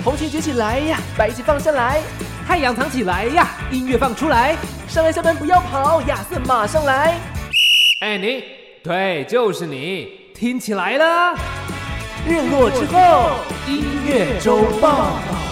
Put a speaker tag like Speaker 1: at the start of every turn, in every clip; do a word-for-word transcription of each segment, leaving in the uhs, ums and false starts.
Speaker 1: 红旗举起来呀，白旗放下来，
Speaker 2: 太阳藏起来呀，音乐放出来，
Speaker 1: 上来下班不要跑，亚瑟马上来。
Speaker 2: 哎你，对，就是你，听起来了。
Speaker 1: 日落之后，音乐周报。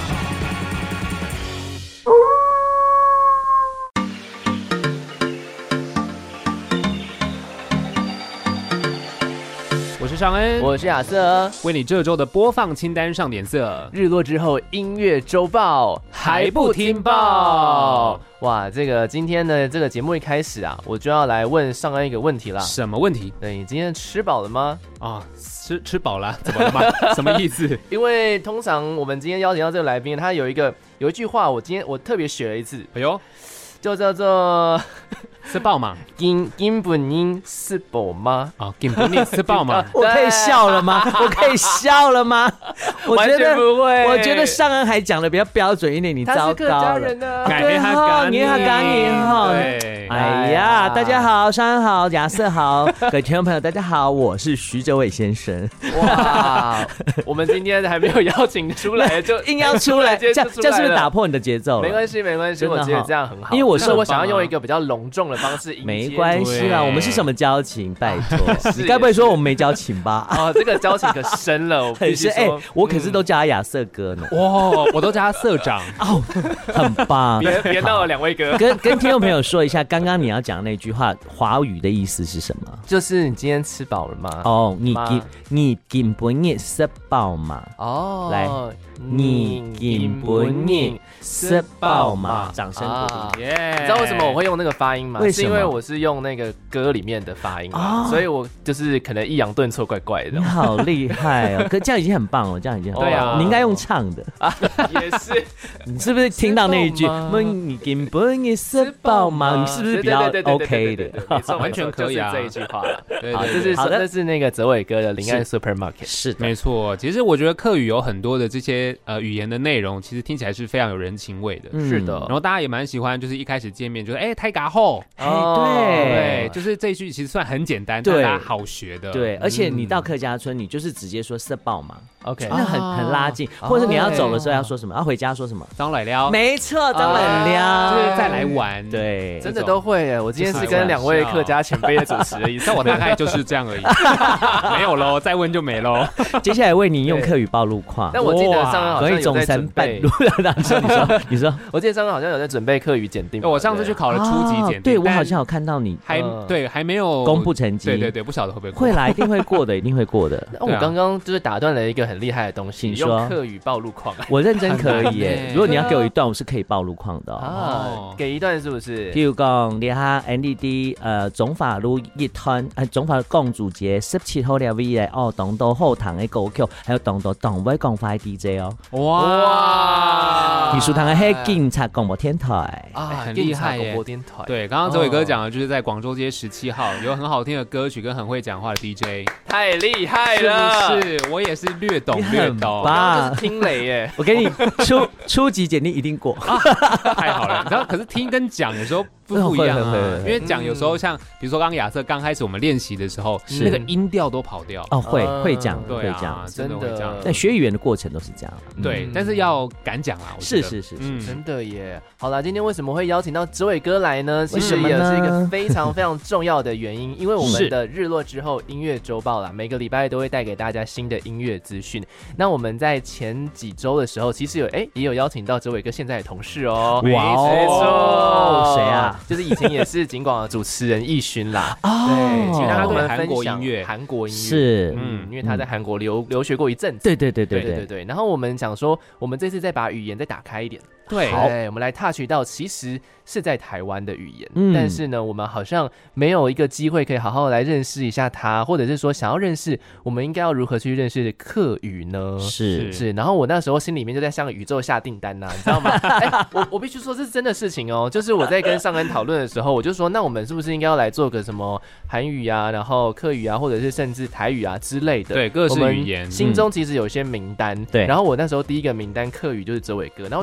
Speaker 2: 我是尚恩，
Speaker 1: 我是亚瑟，
Speaker 2: 为你这周的播放清单上点色。
Speaker 1: 日落之后，音乐周报
Speaker 2: 还不听报？
Speaker 1: 哇，这个今天呢，这个节目一开始啊，我就要来问尚恩一个问题啦。
Speaker 2: 什么问题？
Speaker 1: 对，你今天吃饱了吗？
Speaker 2: 啊，吃吃饱了，怎么了吗？什么意思？
Speaker 1: 因为通常我们今天邀请到这个来宾，他有一个有一句话，我今天我特别学了一次，
Speaker 2: 哎呦，
Speaker 1: 就叫做
Speaker 2: 吃饱吗？
Speaker 1: 金金本英吃饱吗？
Speaker 2: 啊，金本英吃饱吗？
Speaker 3: 我可以笑了吗？我可以笑了吗？我觉得
Speaker 1: 不会，
Speaker 3: 我觉得尚恩还讲的比较标准一点，你糟糕了。
Speaker 1: 他是客家人呢，
Speaker 2: 对哈，
Speaker 3: 你好，刚你好。
Speaker 2: 对，
Speaker 3: 哎呀，大家好，尚恩好，亚瑟好，各位听众朋友大家好，我是徐哲伟先生。
Speaker 1: 哇，我们今天还没有邀请出来，就
Speaker 3: 硬要出来，这样这样是不是打破你的节奏了？
Speaker 1: 没关系，没关系，我觉得这样很好，
Speaker 3: 因为我
Speaker 1: 是我想要用一个比较隆重的方式迎接。
Speaker 3: 没关系啦，我们是什么交情？拜托，你该不会说我们没交情吧？
Speaker 1: 哦，这个交情可深了，我必须说，
Speaker 3: 哎，我可是都叫他亚瑟哥呢。
Speaker 2: 哇，我都叫他社长
Speaker 3: 哦，很棒。
Speaker 1: 别别闹了，两位哥。
Speaker 3: 跟跟听众朋友说一下，刚刚你要讲那句话，华语的意思是什么？
Speaker 1: 就是你今天吃饱了吗？
Speaker 3: 哦，你今你今本日吃饱吗？
Speaker 1: 哦，
Speaker 3: 来，你今本日吃饱吗？掌声鼓励。
Speaker 1: 耶！你知道为什么我会用那个发音吗？
Speaker 3: 为什么？
Speaker 1: 是因为我是用那个歌里面的发音嘛，所以我就是可能抑扬顿挫，怪怪的。
Speaker 3: 你好厉害哦！可这样已经很棒了，这样已经很棒了。
Speaker 1: 对啊，
Speaker 3: 你应该用唱的
Speaker 1: 啊，也是。
Speaker 3: 你是不是听到那一句“你根本也吃饱吗”？你是不是比较 OK 的？
Speaker 1: 没错，
Speaker 2: 完全可以啊，
Speaker 1: 这一句话。
Speaker 2: 对对，
Speaker 1: 这是好的，这是那个泽伟哥的林岸 Supermarket。
Speaker 3: 是的，
Speaker 2: 没错。其实我觉得客语有很多的这些呃语言的内容，其实听起来是非常有人情味的。
Speaker 1: 是的，
Speaker 2: 然后大家也蛮喜欢，就是一开始见面就是哎太嘎后，
Speaker 3: 哎对
Speaker 2: 对，就是这一句其实算很简单，但大家好学的。
Speaker 3: 对，而且你到客家村，你就是直接说吃饱嘛
Speaker 1: ，OK，
Speaker 3: 那很很拉近。或者你要走的时候要说什么？要回家说什么？
Speaker 2: 张来了，
Speaker 3: 没错，张来了，
Speaker 2: 就是再来玩。
Speaker 3: 对，
Speaker 1: 真的都会耶。我今天是跟两位客家前辈的主持而已，
Speaker 2: 但我大概就是这样而已，没有喽，再问就没喽。
Speaker 3: 接下来为你用客语报路况。
Speaker 1: 但我记得上恩好像有在准备。
Speaker 3: 你说，你说，你说，
Speaker 1: 我记得上恩好像有在准备客语检定。
Speaker 2: 我上次去考了初级检定，
Speaker 3: 对我好像有看到你，
Speaker 2: 还对还没有
Speaker 3: 公布成绩。
Speaker 2: 对对对，不晓得会不会过。
Speaker 3: 会啦，一定会过的，一定会过的。
Speaker 1: 我刚刚就是打断了一个很厉害的东西，用客语报路况。
Speaker 3: 我认真可以耶，如果你要给我一段，我是可以报路况的
Speaker 1: 啊。给一段是不是？
Speaker 3: 譬如讲，你下 N D D 呃總法路一團，誒總法公主節十七號嘅 V 咧，哦，當到後堂嘅歌曲，還有當到當位講快 D J 哦。哇！藝術堂嘅係警察廣播電台
Speaker 1: 啊，很厲害耶！廣播電台。
Speaker 2: 對，剛剛哲偉哥講的就是在廣州街十七號有很好聽的歌曲跟很會講話的 D J，
Speaker 1: 太厲害了！
Speaker 2: 是不是？我也是略懂略懂，
Speaker 3: 吧？
Speaker 1: 就是聽雷耶！
Speaker 3: 我給你初初級檢定一定過，
Speaker 2: 太好了。你知道，可是聽跟講有時候不不一樣啊，因為講有時候像，比如說剛剛亞瑟剛開始我們練習的時候，那個音調都跑掉。
Speaker 3: 哦，會會講，
Speaker 2: 對
Speaker 3: 啊，
Speaker 2: 真的會這樣。
Speaker 3: 但學語言的過程都是這樣。
Speaker 2: 對，但是要敢講啊。
Speaker 3: 是是是
Speaker 1: 是，真的耶。好啦，今天為什麼會邀請到哲偉哥來呢？
Speaker 3: 為什麼呢？
Speaker 1: 其實也是一個非常非常重要的原因，因為我們的日落之後音樂週報啦，每個禮拜都會帶給大家新的音樂資訊。那我們在前幾週的時候，其實有哎也有邀請到哲偉哥現在的同事哦。
Speaker 3: 哇哦，誰啊？
Speaker 1: 就是以前也是警廣的主持人奕勳啦。
Speaker 3: 哦，
Speaker 1: 對，其實他跟我們
Speaker 2: 韓國音樂，
Speaker 1: 韓國音樂
Speaker 3: 是，
Speaker 1: 嗯，因為他在韓國留留學過一陣子。
Speaker 3: 對對對對
Speaker 1: 對對對。然後我們想說，我們這次再把語言再打開一點。
Speaker 2: 對，
Speaker 1: 好，我們來 touch 到其實是在台灣的語言，嗯，但是呢，我們好像沒有一個機會可以好好來認識一下它，或者是說想要認識，我們應該要如何去認識客語呢？
Speaker 3: 是
Speaker 1: 是，然後我那時候心裡面就在向宇宙下訂單吶、啊，你知道嗎？哎，我我必須說這是真的事情哦，就是我在跟尚恩討論的時候，我就說，那我們是不是應該要來做個什麼韓語啊，然後客語啊，或者是甚至台語啊之類的，
Speaker 2: 對，各式語言，
Speaker 1: 心中其實有些名單，
Speaker 3: 對、嗯，
Speaker 1: 然後我那時候第一個名單客語就是哲偉哥，然後我就想說。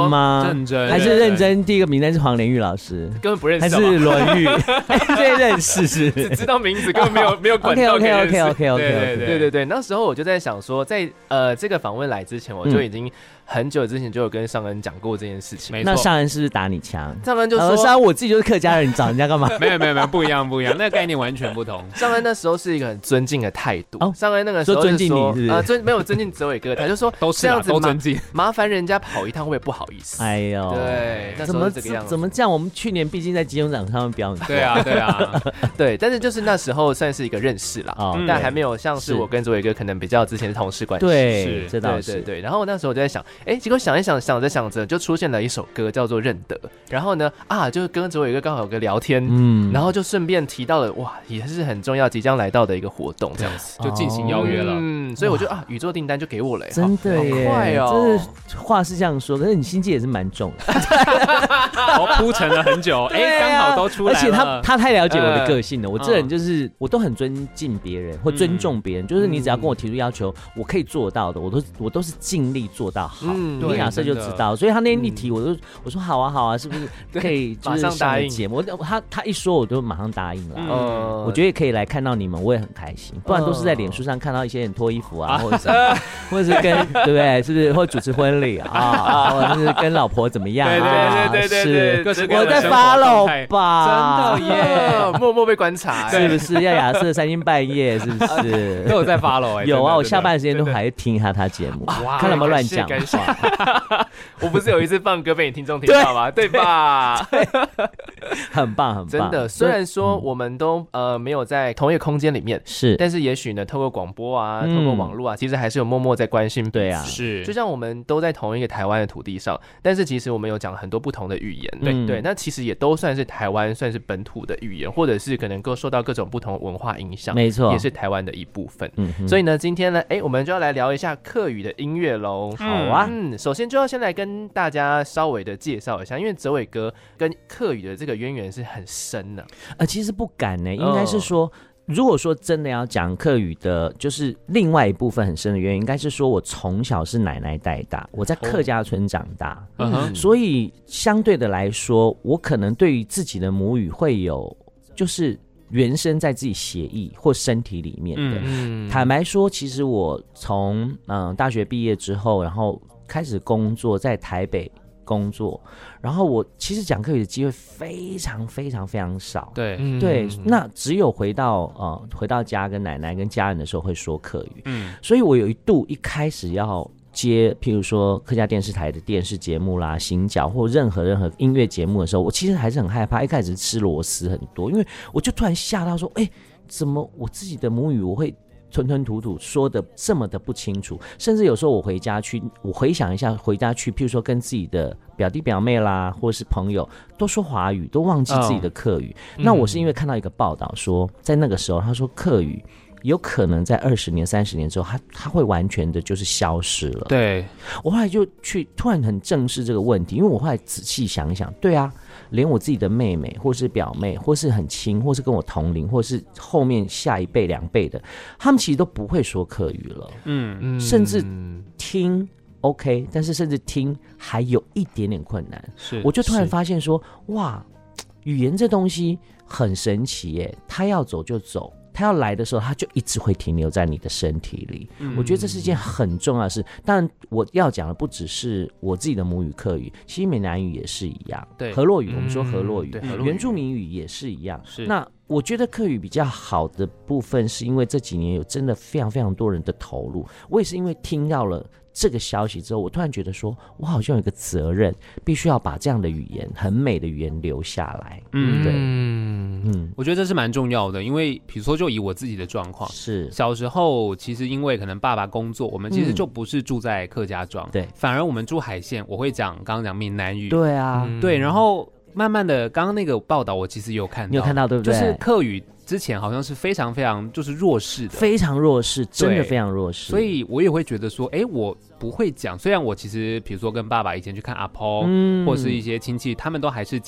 Speaker 3: 吗？
Speaker 2: 认真
Speaker 3: 还是认真？第一个名单是黄连玉老师，
Speaker 1: 根本不认识，
Speaker 3: 还是伦玉？对，认识是，
Speaker 1: 只知道名字，根本没有没有管道可以认识。
Speaker 3: OK OK OK OK
Speaker 1: 对对对对，那时候我就在想说，在呃这个访问来之前，我就已经很久之前就有跟尚恩讲过这件事情。
Speaker 3: 那尚恩是不是打你枪？
Speaker 1: 尚恩就说：“
Speaker 3: 尚恩我自己就是客家人，你找人家干嘛？”
Speaker 2: 没有没有没有，不一样不一样，那个概念完全不同。
Speaker 1: 尚恩那时候是一个很尊敬的态度。哦，尚恩那个时候
Speaker 3: 尊敬你
Speaker 1: 啊，尊没有尊敬哲伟哥，他就说
Speaker 2: 都是
Speaker 1: 这样子
Speaker 2: 都尊敬，
Speaker 1: 麻烦人家跑一趟会不好意思。
Speaker 3: 哎呦，
Speaker 1: 对，那时候是这个样子。
Speaker 3: 怎么这样？我们去年毕竟在金钟奖上面表演过。
Speaker 2: 对啊对啊
Speaker 1: 对，但是就是那时候算是一个认识啦，但还没有像是我跟哲伟哥可能比较之前是同事关系。
Speaker 3: 对，这倒是。
Speaker 1: 对对对，然后那时候我就在想，哎，结果想一想。想着想着就出现了一首歌叫做《认得》，然后呢啊，就跟哲伟哥刚好有个聊天，嗯，然后就顺便提到了哇，也是很重要即将来到的一个活动，这样子
Speaker 2: 就进行邀约了，
Speaker 1: 嗯，所以我就啊，宇宙订单就给我了，
Speaker 3: 真的耶，
Speaker 1: 好快哦，
Speaker 3: 这话是这样说，可是你心机也是蛮重的，
Speaker 2: 我铺陈了很久，哎，刚好都出来了，
Speaker 3: 而且他他太了解我的个性了，我这人就是我都很尊敬别人或尊重别人，就是你只要跟我提出要求，我可以做到的，我都我都是尽力做到好，你亚瑟就知道，所以他那天一提，我就我说好啊好啊，是不是可以就是
Speaker 1: 马上答应
Speaker 3: 节目？他他一说，我就马上答应了。嗯，我觉得可以来看到你们，我也很开心。不然都是在脸书上看到一些人脱衣服啊，或者是或者是跟对不对？是不是或主持婚礼啊？或者是跟老婆怎么样？
Speaker 1: 对对对对对
Speaker 3: 对，我在 follow 吧，
Speaker 1: 真的耶，默默被观察，
Speaker 3: 是不是？要亚瑟三更半夜，是不是？
Speaker 2: 都有在 follow 哎，
Speaker 3: 有啊，我下班时间都还听一下他节目，看有没有乱讲话。
Speaker 1: 我不是有一次放歌被你听众听到吗？对吧？
Speaker 3: 很棒，很棒。
Speaker 1: 真的，虽然说我们都呃没有在同一个空间里面，
Speaker 3: 是，
Speaker 1: 但是也许呢，透过广播啊，透过网络啊，其实还是有默默在关心。
Speaker 3: 对啊，
Speaker 2: 是。
Speaker 1: 就像我们都在同一个台湾的土地上，但是其实我们有讲很多不同的语言，对对，那其实也都算是台湾，算是本土的语言，或者是可能够受到各种不同文化影响，
Speaker 3: 没错，
Speaker 1: 也是台湾的一部分。嗯，所以呢，今天呢，哎，我们就要来聊一下客语的音乐喽。
Speaker 3: 好啊，
Speaker 1: 嗯，首先就要先来跟大家稍微的介绍一下，因为哲伟哥跟客语的这个渊源是很深的。
Speaker 3: 呃，其实不敢呢，应该是说，如果说真的要讲客语的，就是另外一部分很深的原因，应该是说我从小是奶奶带大，我在客家村长大，嗯、所以相对的来说，我可能对于自己的母语会有就是原生在自己血液或身体里面的。嗯、坦白说，其实我从嗯、呃、大学毕业之后，然后开始工作在台北。工作，然后我其实讲客语的机会非常非常非常少，
Speaker 2: 对、
Speaker 3: 嗯、对，那只有回到呃回到家跟奶奶跟家人的时候会说客语，嗯，所以我有一度一开始要接，譬如说客家电视台的电视节目啦、行脚或任何任何音乐节目的时候，我其实还是很害怕，一开始吃螺丝很多，因为我就突然吓到说，哎，怎么我自己的母语我会吞吞吐吐说的这么的不清楚，甚至有时候我回家去，我回想一下回家去，譬如说跟自己的表弟表妹啦，或是朋友都说华语，都忘记自己的客语。Oh. 那我是因为看到一个报道说，在那个时候他说客语有可能在二十年、三十年之后，它它会完全的就是消失了。
Speaker 2: 对，
Speaker 3: 我后来就去突然很正视这个问题，因为我后来仔细想一想，对啊，连我自己的妹妹，或是表妹，或是很亲，或是跟我同龄，或是后面下一辈、两辈的，他们其实都不会说客语了。嗯，甚至听 OK， 但是甚至听还有一点点困难。是，我就突然发现说，哇，语言这东西很神奇耶，它要走就走。他要来的时候，他就一直会停留在你的身体里。嗯、我觉得这是一件很重要的事。当然，我要讲的不只是我自己的母语客语，其实闽南语也是一样。对，河洛语，我们说河洛语，嗯、原住民语也是一样。是。那我觉得客语比较好的部分，是因为这几年有真的非常非常多人的投入。我也是因为听到了这个消息之后，我突然觉得说，我好像有一个责任，必须要把这样的语言，很美的语言留下来。嗯，对。
Speaker 2: 嗯，我觉得这是蛮重要的，因为比如说就以我自己的状况，
Speaker 3: 是
Speaker 2: 小时候其实因为可能爸爸工作，我们其实就不是住在客家庄，对、嗯，反而我们住海线，我会讲刚刚讲闽南语，
Speaker 3: 对啊，
Speaker 2: 嗯、对，然后慢慢的，刚刚那个报道我其实有看到，
Speaker 3: 你有看到对不对？
Speaker 2: 就是客语之前好像是非常非常就是弱势的，
Speaker 3: 非常弱势，真的非常弱势，
Speaker 2: 所以我也会觉得说，哎，我不会讲，虽然我其实比如说跟爸爸以前去看阿婆，嗯、或是一些亲戚，他们都还是讲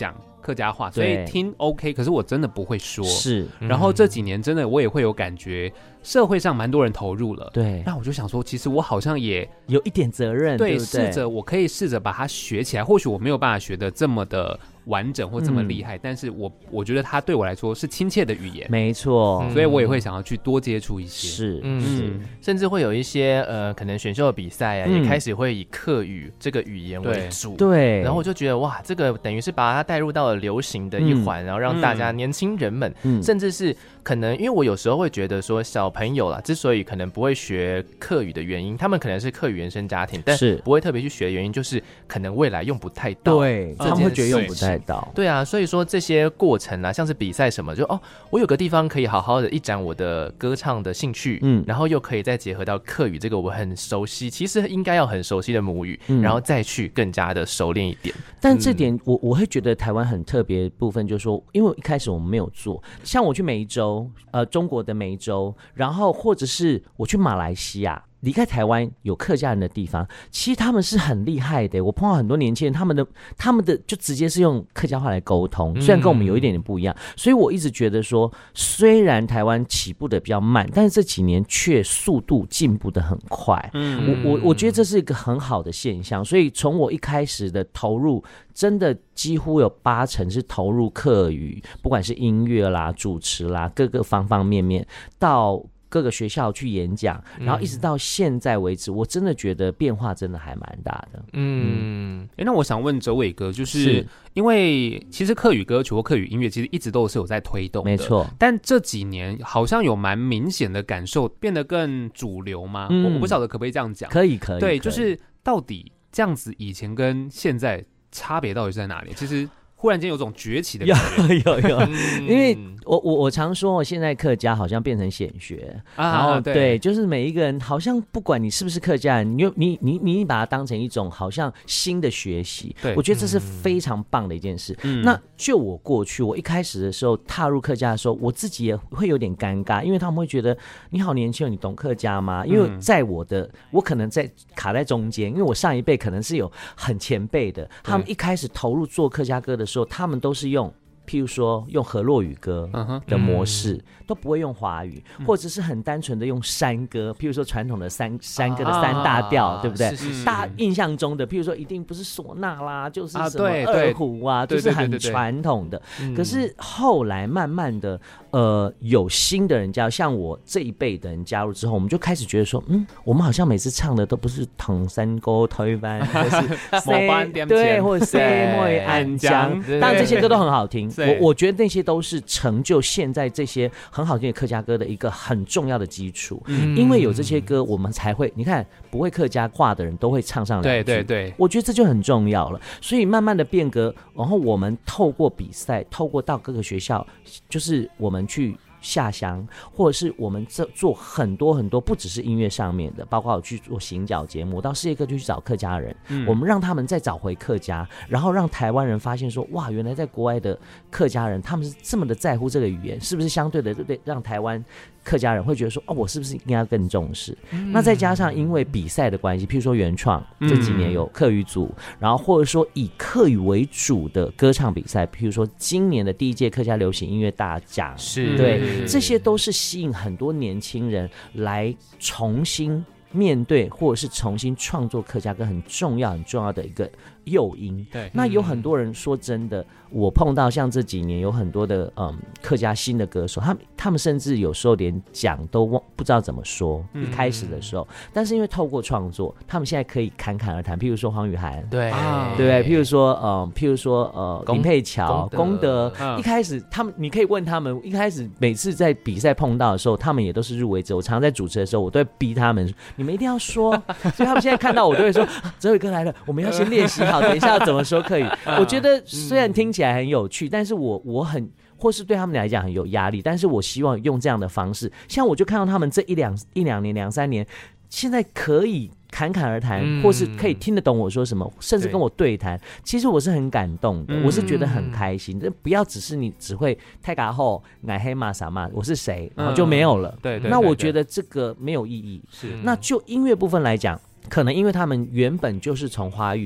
Speaker 2: 客家话，所以听 OK， 可是我真的不会说。
Speaker 3: 是，
Speaker 2: 然后这几年真的我也会有感觉，社会上蛮多人投入了，
Speaker 3: 对，
Speaker 2: 那我就想说，其实我好像也
Speaker 3: 有一点责任，对，
Speaker 2: 试着我可以试着把它学起来。或许我没有办法学得这么的完整或这么厉害，嗯、但是我我觉得它对我来说是亲切的语言，
Speaker 3: 没错，
Speaker 2: 所以我也会想要去多接触一些，
Speaker 3: 是，
Speaker 1: 嗯，是甚至会有一些呃，可能选秀的比赛啊，嗯、也开始会以客语这个语言为主，
Speaker 3: 对，
Speaker 1: 然后我就觉得哇，这个等于是把它带入到了流行的一环，嗯、然后让大家、嗯、年轻人们，嗯、甚至是可能，因为我有时候会觉得说，小朋友啦，之所以可能不会学客语的原因，他们可能是客语原生家庭，但是不会特别去学的原因，就是可能未来用不太到，
Speaker 3: 对，他们会觉得用不太到，
Speaker 1: 对啊，所以说这些过程啊，像是比赛什么，就哦，我有个地方可以好好的一展我的歌唱的兴趣，嗯，然后又可以再结合到客语这个我很熟悉，其实应该要很熟悉的母语，嗯、然后再去更加的熟练一点。
Speaker 3: 但这点我我会觉得台湾很特别的部分，就是说，因为一开始我们没有做，像我去梅州，呃，中国的梅州，然后或者是我去马来西亚。离开台湾有客家人的地方，其实他们是很厉害的。我碰到很多年轻人，他们的他们的就直接是用客家话来沟通，虽然跟我们有一点点不一样。嗯、所以我一直觉得说，虽然台湾起步的比较慢，但是这几年却速度进步的很快。嗯，我我我觉得这是一个很好的现象。所以从我一开始的投入，真的几乎有八成是投入客语，不管是音乐啦、主持啦，各个方方面面到。各个学校去演讲，然后一直到现在为止，嗯、我真的觉得变化真的还蛮大的。
Speaker 2: 嗯，哎、嗯，那我想问哲伟哥，就是因为其实客语歌曲或客语音乐其实一直都是有在推动的，
Speaker 3: 没错。
Speaker 2: 但这几年好像有蛮明显的感受，变得更主流吗？嗯、我我不晓得可不可以这样讲？
Speaker 3: 可以，可以。
Speaker 2: 对，就是到底这样子以前跟现在差别到底是在哪里？其实。忽然间有种崛起的感觉，
Speaker 3: 有有有，因为我我我常说，现在客家好像变成显学，啊、然后 对, 对，就是每一个人好像不管你是不是客家人，你你你你把它当成一种好像新的学习，我觉得这是非常棒的一件事。嗯、那就我过去，我一开始的时候踏入客家的时候，我自己也会有点尴尬，因为他们会觉得你好年轻，你懂客家吗？因为在我的我可能在卡在中间，因为我上一辈可能是有很前辈的，他们一开始投入做客家歌的时候，他们都是用譬如说用河洛语歌的模式、嗯、都不会用华语、嗯、或者是很单纯的用山歌，譬如说传统的山山歌的三大调、啊、对不对？是是是，大印象中的譬如说一定不是唢呐啦，就是什么二胡啊，啊就是很传统的。可是后来慢慢的呃，有新的人加入，像我这一辈的人加入之后，我们就开始觉得说，嗯，我们好像每次唱的都不是唐山歌推班，或是
Speaker 2: 某班点
Speaker 3: 对，或者 say 莫安江，当然这些歌都很好听。我我觉得那些都是成就现在这些很好听的客家歌的一个很重要的基础，嗯、因为有这些歌，我们才会你看不会客家话的人都会唱上两句，
Speaker 2: 对对对，
Speaker 3: 我觉得这就很重要了。所以慢慢的变革，然后我们透过比赛，透过到各个学校，就是我们去下乡，或者是我们做很多很多，不只是音乐上面的，包括我去做行脚节目，到世界各地去找客家人、嗯，我们让他们再找回客家，然后让台湾人发现说，哇，原来在国外的客家人他们是这么的在乎这个语言，是不是相对的对让台湾客家人会觉得说，哦，我是不是应该更重视、嗯、那再加上因为比赛的关系，譬如说原创、嗯、这几年有客语组，然后或者说以客语为主的歌唱比赛，譬如说今年的第一届客家流行音乐大奖，
Speaker 1: 是
Speaker 3: 对，这些都是吸引很多年轻人来重新面对或者是重新创作客家歌很重要很重要的一个诱因。
Speaker 2: 对，
Speaker 3: 那有很多人说真的，我碰到像这几年有很多的嗯客家新的歌手，他们他们甚至有时候连讲都忘不知道怎么说、嗯、一开始的时候，但是因为透过创作，他们现在可以侃侃而谈。譬如说黄宇涵，
Speaker 1: 对、啊、
Speaker 3: 对，譬如说呃譬如说呃林佩乔、功德，一开始他们你可以问他们，一开始每次在比赛碰到的时候，他们也都是入围者。我常常在主持的时候，我都会逼他们，你们一定要说，所以他们现在看到我都会说，哲伟哥来了，我们要先练习好。等一下要怎么说可以？我觉得虽然听起来很有趣，但是我我很或是对他们来讲很有压力，但是我希望用这样的方式，像我就看到他们这一两一两年两三年，现在可以侃侃而谈、嗯，或是可以听得懂我说什么，甚至跟我对谈，其实我是很感动的，我是觉得很开心。这、嗯、不要只是你只会太嘎后乃黑马啥嘛，我是谁，然后就没有了。嗯、对, 对, 对, 对，那我觉得这个没有意义。是，那就音乐部分来讲。可能因为他们原本就是从华语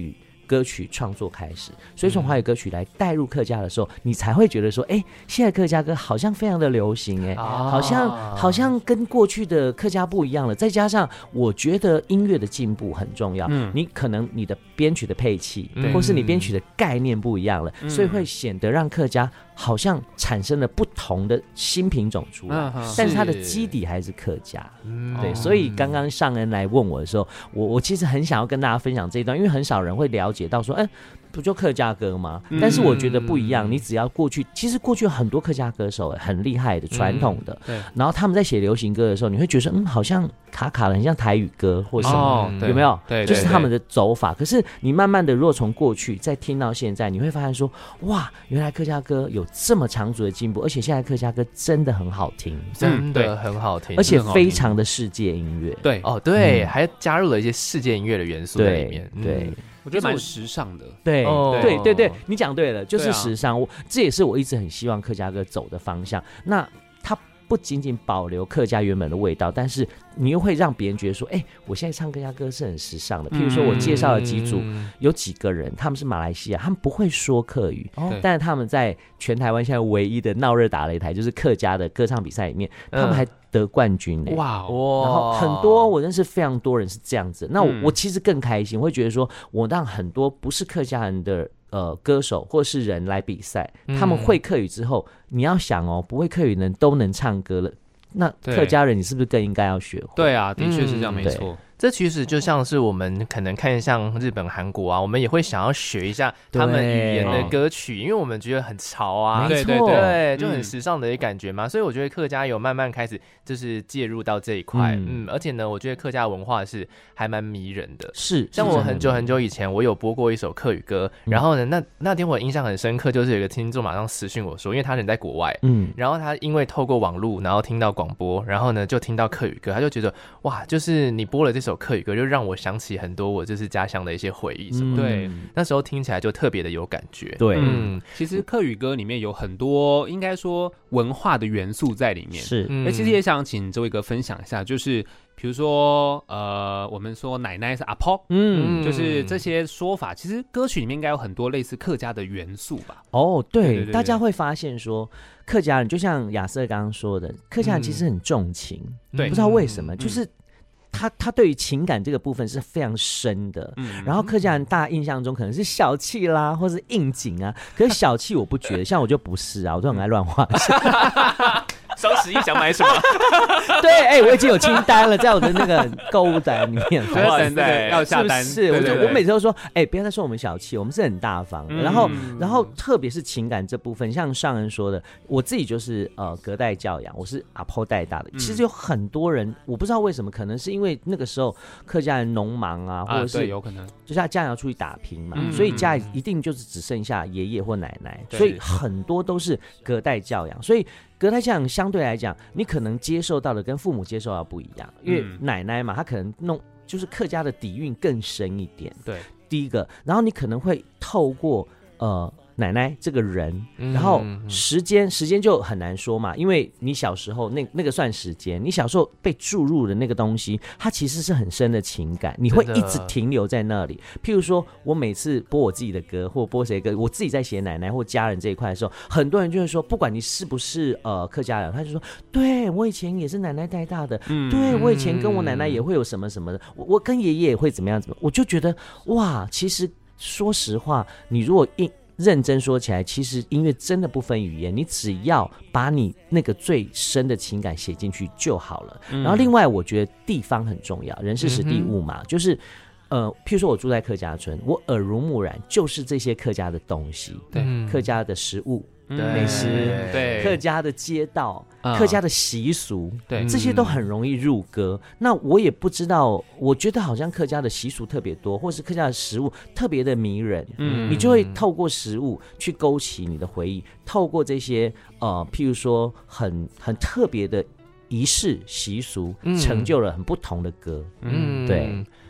Speaker 3: 歌曲创作开始，所以从华语歌曲来带入客家的时候，你才会觉得说，哎，现在客家歌好像非常的流行，哎、哦，好像好像跟过去的客家不一样了。再加上我觉得音乐的进步很重要，嗯，你可能你的编曲的配器，嗯、或是你编曲的概念不一样了，嗯、所以会显得让客家好像产生了不同的新品种出来，嗯、但是它的基底还是客家，嗯、对，所以刚刚上恩来问我的时候，我我其实很想要跟大家分享这一段，因为很少人会了解到说，哎、欸。不就客家歌吗？但是我觉得不一样。你只要过去，其实过去有很多客家歌手很厉害的、传统的，嗯、然后他们在写流行歌的时候，你会觉得说，嗯，好像卡卡的，很像台语歌或什么，哦、有没有？对，就是他们的走法。可是你慢慢的，如果从过去再听到现在，你会发现说，哇，原来客家歌有这么长足的进步，而且现在客家歌真的很好听，
Speaker 1: 真的很好听，
Speaker 3: 而且非常的世界音乐。
Speaker 1: 对，哦，对，嗯、还加入了一些世界音乐的元素在里面。
Speaker 3: 对。对
Speaker 2: 嗯我觉得蛮时尚的，
Speaker 3: 对、哦、对对对，你讲对了，就是时尚。我这也是我一直很希望客家歌走的方向。那它不仅仅保留客家原本的味道，但是你又会让别人觉得说，哎、欸，我现在唱客家歌是很时尚的。譬如说我介绍了几组，嗯、有几个人他们是马来西亚，他们不会说客语，哦、但是他们在全台湾现在唯一的闹热打擂台，就是客家的歌唱比赛里面，嗯、他们还得冠军呢、欸！哇哇！然后很多我认识非常多人是这样子，那我、嗯、我其实更开心，我会觉得说我让很多不是客家人的呃歌手或是人来比赛，嗯、他们会客语之后，你要想哦，不会客语人都能唱歌了，那客家人你是不是更应该要学会？
Speaker 2: 对啊，的确是这样，嗯、没错。
Speaker 1: 这其实就像是我们可能看像日本、韩国啊，我们也会想要学一下他们语言的歌曲，因为我们觉得很潮啊，
Speaker 3: 对
Speaker 1: 对对，就很时尚的一个感觉嘛。嗯、所以我觉得客家有慢慢开始就是介入到这一块，嗯, 嗯，而且呢，我觉得客家文化是还蛮迷人的。
Speaker 3: 是，
Speaker 1: 像我很久很久以前，我有播过一首客语歌，嗯、然后呢，那那天我印象很深刻，就是有一个听众马上私讯我说，因为他人在国外，嗯，然后他因为透过网络，然后听到广播，然后呢就听到客语歌，他就觉得哇，就是你播了这首客语歌，就让我我想起很多我就是家乡的一些回忆什么的，对、嗯，那时候听起来就特别的有感觉。
Speaker 3: 对，
Speaker 2: 嗯，其实客语歌里面有很多应该说文化的元素在里面，
Speaker 3: 是。
Speaker 2: 那、嗯、其实也想请这位哥分享一下，就是比如说呃，我们说奶奶是阿婆，嗯，就是这些说法，其实歌曲里面应该有很多类似客家的元素吧？
Speaker 3: 哦， 对, 对, 对, 对, 对，大家会发现说，客家人就像亚瑟刚刚说的，客家人其实很重情，对、嗯，不知道为什么，嗯、就是。他他对于情感这个部分是非常深的，嗯、然后客家人大家印象中可能是小气啦，或是应景啊，可是小气我不觉得，像我就不是啊，我都很爱乱花钱。
Speaker 1: 双十一想买什么？
Speaker 3: 对，哎、欸，我已经有清单了，在我的那个购物袋里面。
Speaker 2: 哇塞，要下单
Speaker 3: 是不是？对对对，我就我每次都说，哎、欸，不要再说我们小气，我们是很大方的。嗯、然后，然后特别是情感这部分，像上人说的，我自己就是呃隔代教养，我是阿婆带大的。嗯、其实有很多人，我不知道为什么，可能是因为那个时候客家人农忙啊，或者是、
Speaker 2: 啊、有可能
Speaker 3: 就是他家人要出去打拼嘛，嗯、所以家里一定就是只剩下爷爷或奶奶，所以很多都是隔代教养，所以。隔代教养相对来讲，你可能接受到的跟父母接受到不一样，因为奶奶嘛，她可能弄就是客家的底蕴更深一点。
Speaker 2: 对，
Speaker 3: 第一个，然后你可能会透过呃奶奶这个人，然后时间时间就很难说嘛，因为你小时候那那个算时间，你小时候被注入的那个东西，它其实是很深的情感，你会一直停留在那里。譬如说我每次播我自己的歌，或播谁的歌，我自己在写奶奶或家人这一块的时候，很多人就会说，不管你是不是呃客家人，他就说，对我以前也是奶奶带大的，嗯、对我以前跟我奶奶也会有什么什么的，我我跟爷爷也会怎么样怎么样，我就觉得哇，其实说实话，你如果硬认真说起来，其实音乐真的不分语言，你只要把你那个最深的情感写进去就好了。嗯、然后另外，我觉得地方很重要，人是实地物嘛，嗯、就是呃，譬如说我住在客家村，我耳濡目染就是这些客家的东西，对，客家的食物。美食，对，客家的街道，嗯、客家的习俗，对，这些都很容易入歌。那我也不知道，我觉得好像客家的习俗特别多，或是客家的食物特别的迷人，嗯，你就会透过食物去勾起你的回忆，透过这些呃，譬如说很很特别的仪式习俗，嗯、成就了很不同的歌，嗯，对。